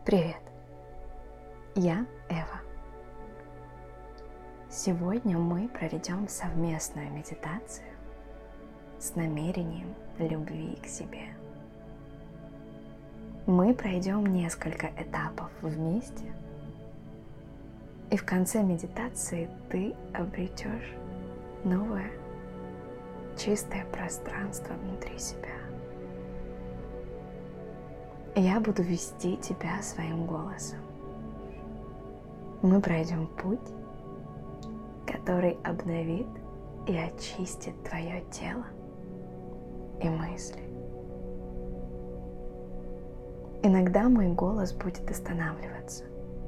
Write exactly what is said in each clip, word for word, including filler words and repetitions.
Привет, я Эва. Сегодня мы проведем совместную медитацию с намерением любви к себе. Мы пройдем несколько этапов вместе, и в конце медитации ты обретешь новое, чистое пространство внутри себя. Я буду вести тебя своим голосом. Мы пройдем путь, который обновит и очистит твое тело и мысли. Иногда мой голос будет останавливаться.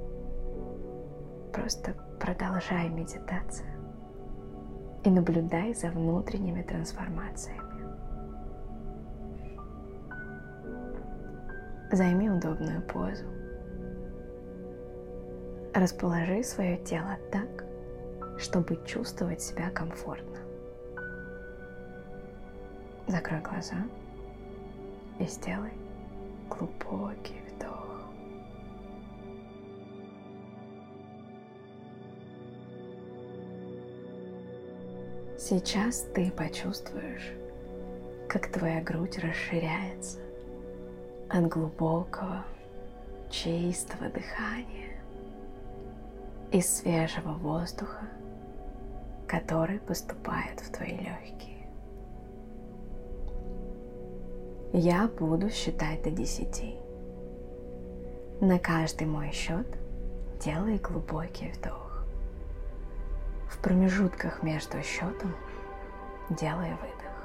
Просто продолжай медитацию и наблюдай за внутренними трансформациями. Займи удобную позу. Расположи свое тело так, чтобы чувствовать себя комфортно. Закрой глаза и сделай глубокий вдох. Сейчас ты почувствуешь, как твоя грудь расширяется от глубокого, чистого дыхания и свежего воздуха, который поступает в твои легкие. Я буду считать до десяти. На каждый мой счет делай глубокий вдох. В промежутках между счетом делай выдох.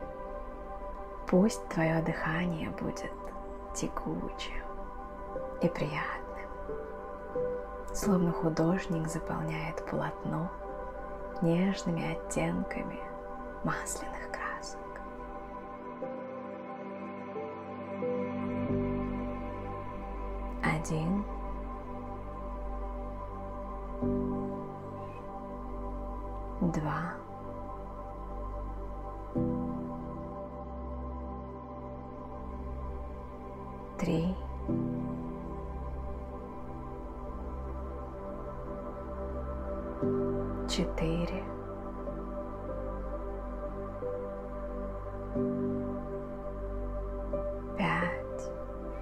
Пусть твое дыхание будет текучим и приятным, словно художник заполняет полотно нежными оттенками масляных красок. Один, два, три, четыре, пять,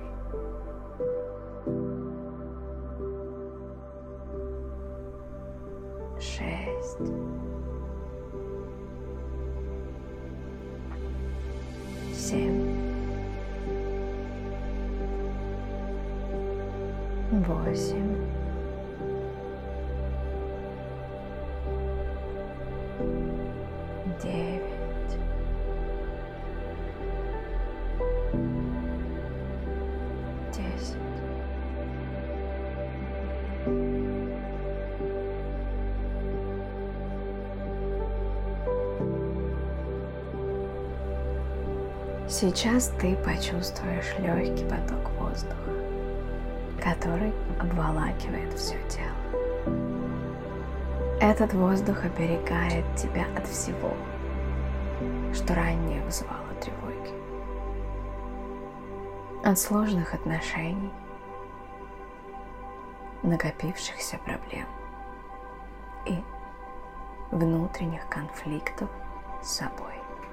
шесть, семь, восемь, девять, десять, сейчас ты почувствуешь легкий поток воздуха, который обволакивает все тело. Этот воздух оберегает тебя от всего, что ранее вызывало тревоги. От сложных отношений, накопившихся проблем и внутренних конфликтов с собой.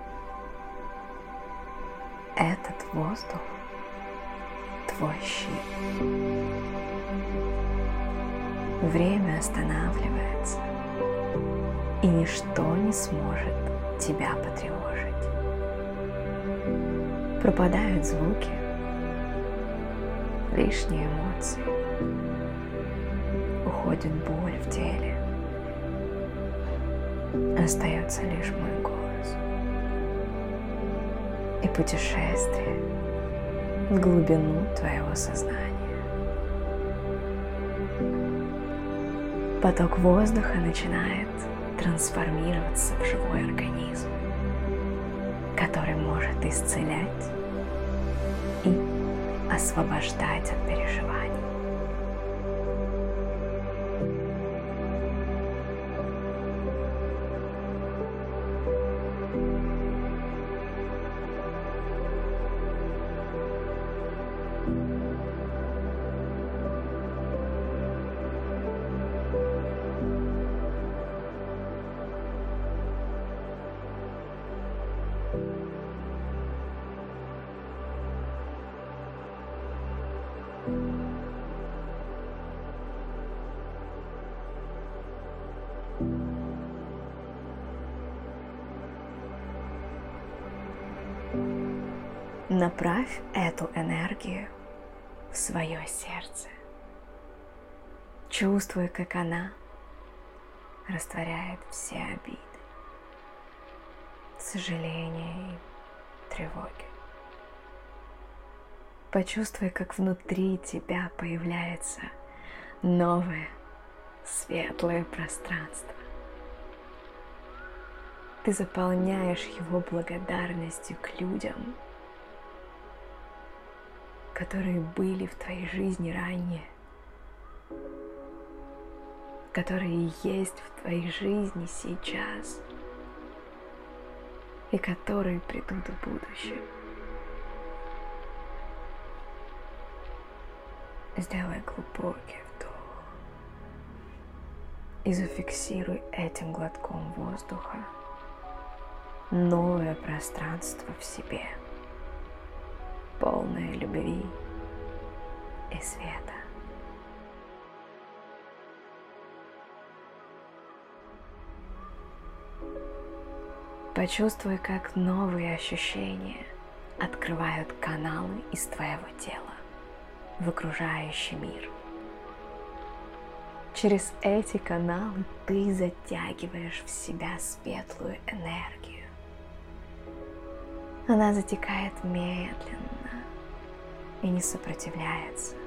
Этот воздух — твой щит. Время останавливается, и ничто не сможет тебя потревожить. Пропадают звуки, лишние эмоции, уходит боль в теле. Остается лишь мой голос и путешествие в глубину твоего сознания. Поток воздуха начинает трансформироваться в живой организм, который может исцелять и освобождать от переживаний. Направь эту энергию в свое сердце. Чувствуй, как она растворяет все обиды, сожаления и тревоги. Почувствуй, как внутри тебя появляется новое, светлое пространство. Ты заполняешь его благодарностью к людям, которые были в твоей жизни ранее, которые есть в твоей жизни сейчас и которые придут в будущем. Сделай глубокий вдох и зафиксируй этим глотком воздуха новое пространство в себе, полное любви и света. Почувствуй, как новые ощущения открывают каналы из твоего тела в окружающий мир. Через эти каналы ты затягиваешь в себя светлую энергию. Она затекает медленно и не сопротивляется.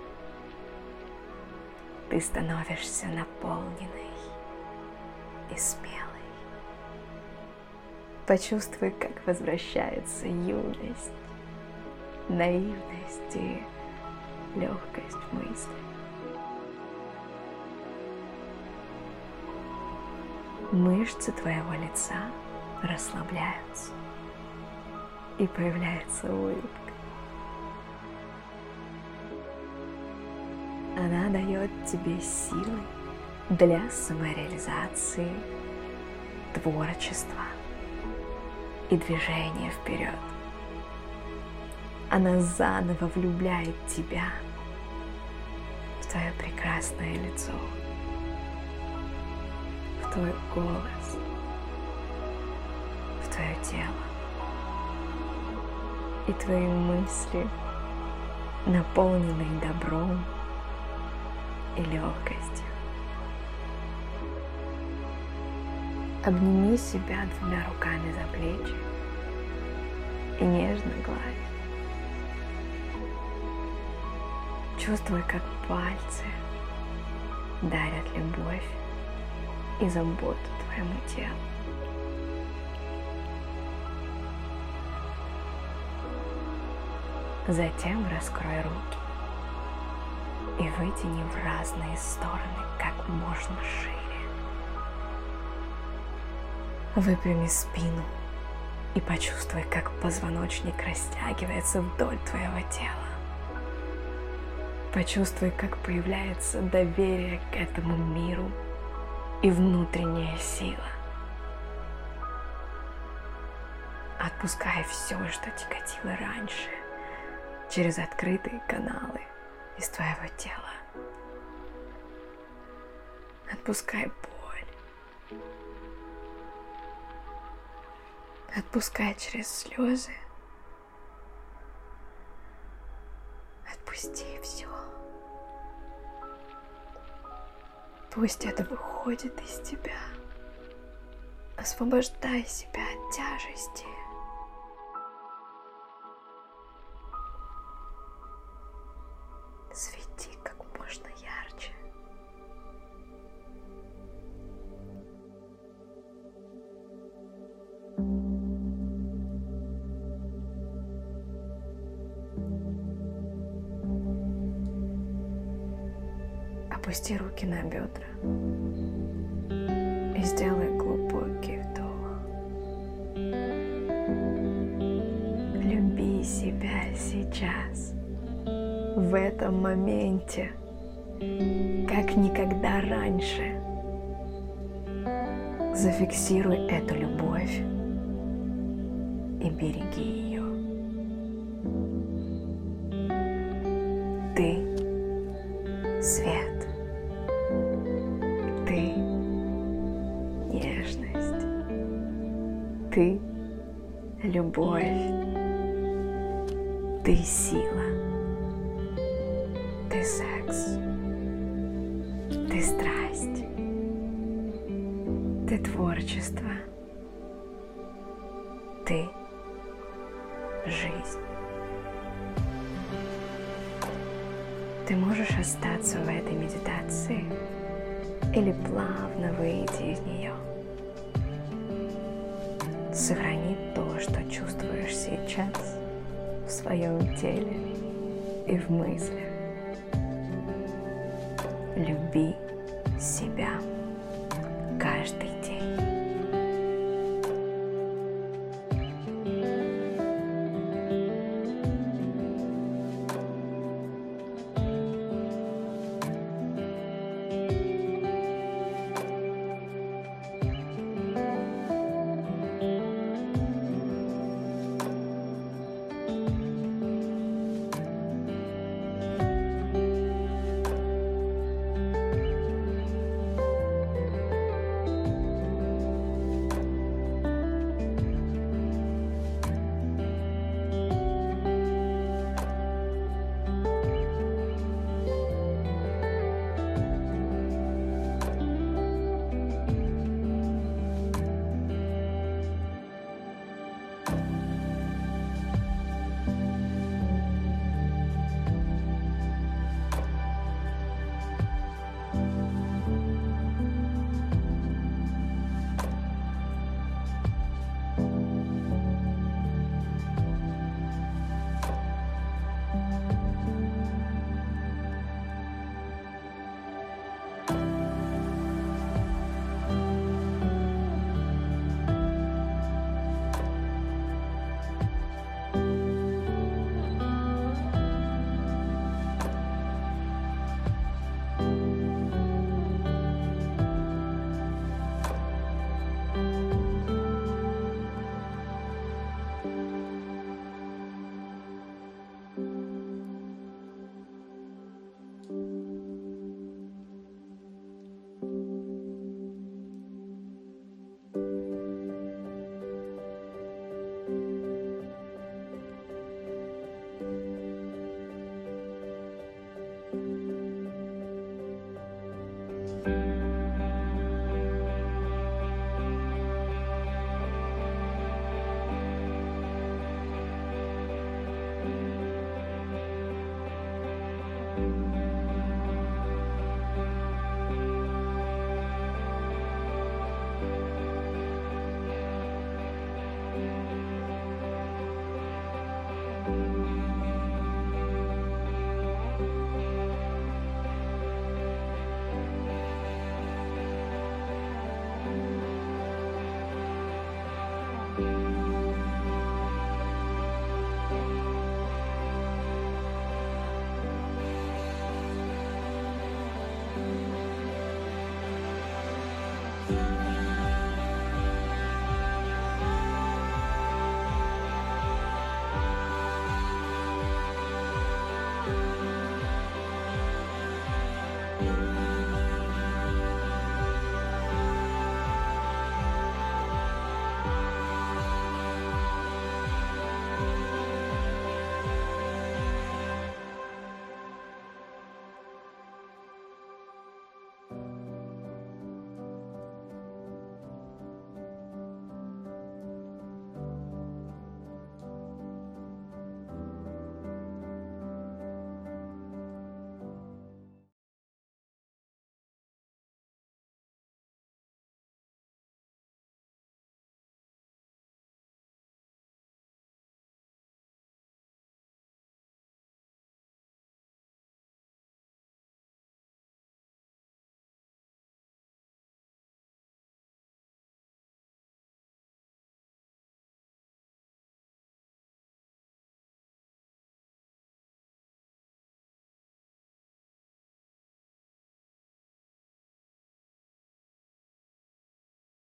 Ты становишься наполненной и смелой. Почувствуй, как возвращается юность, наивность и легкость мысли. Мышцы твоего лица расслабляются, и появляется улыбка. Она дает тебе силы для самореализации, творчества и движения вперед. Она заново влюбляет тебя в твое прекрасное лицо, в твой голос, в твое тело. И твои мысли, наполненные добром и легкостью. Обними себя двумя руками за плечи и нежно гладь. Чувствуй, как пальцы дарят любовь и заботу твоему телу. Затем раскрой руки и вытяни в разные стороны как можно шире. Выпрями спину и почувствуй, как позвоночник растягивается вдоль твоего тела. Почувствуй, как появляется доверие к этому миру и внутренняя сила. Отпускай все, что тяготило раньше, через открытые каналы из твоего тела. Отпускай боль. Отпускай через слезы. Отпусти все. Пусть это выходит из тебя. Освобождай себя от тяжести. Свети как можно ярче. Опусти руки на бедра и сделай глубокий вдох. Люби себя сейчас, в этом моменте, как никогда раньше. Зафиксируй эту любовь и береги ее. Ты — свет. Ты — нежность. Ты — любовь. Ты сила. Ты секс. Ты страсть. Ты творчество. Ты жизнь. Ты можешь остаться в этой медитации или плавно выйти из нее. Сохрани то, что чувствуешь сейчас в своем теле и в мыслях. Люби себя каждый день. Thank you.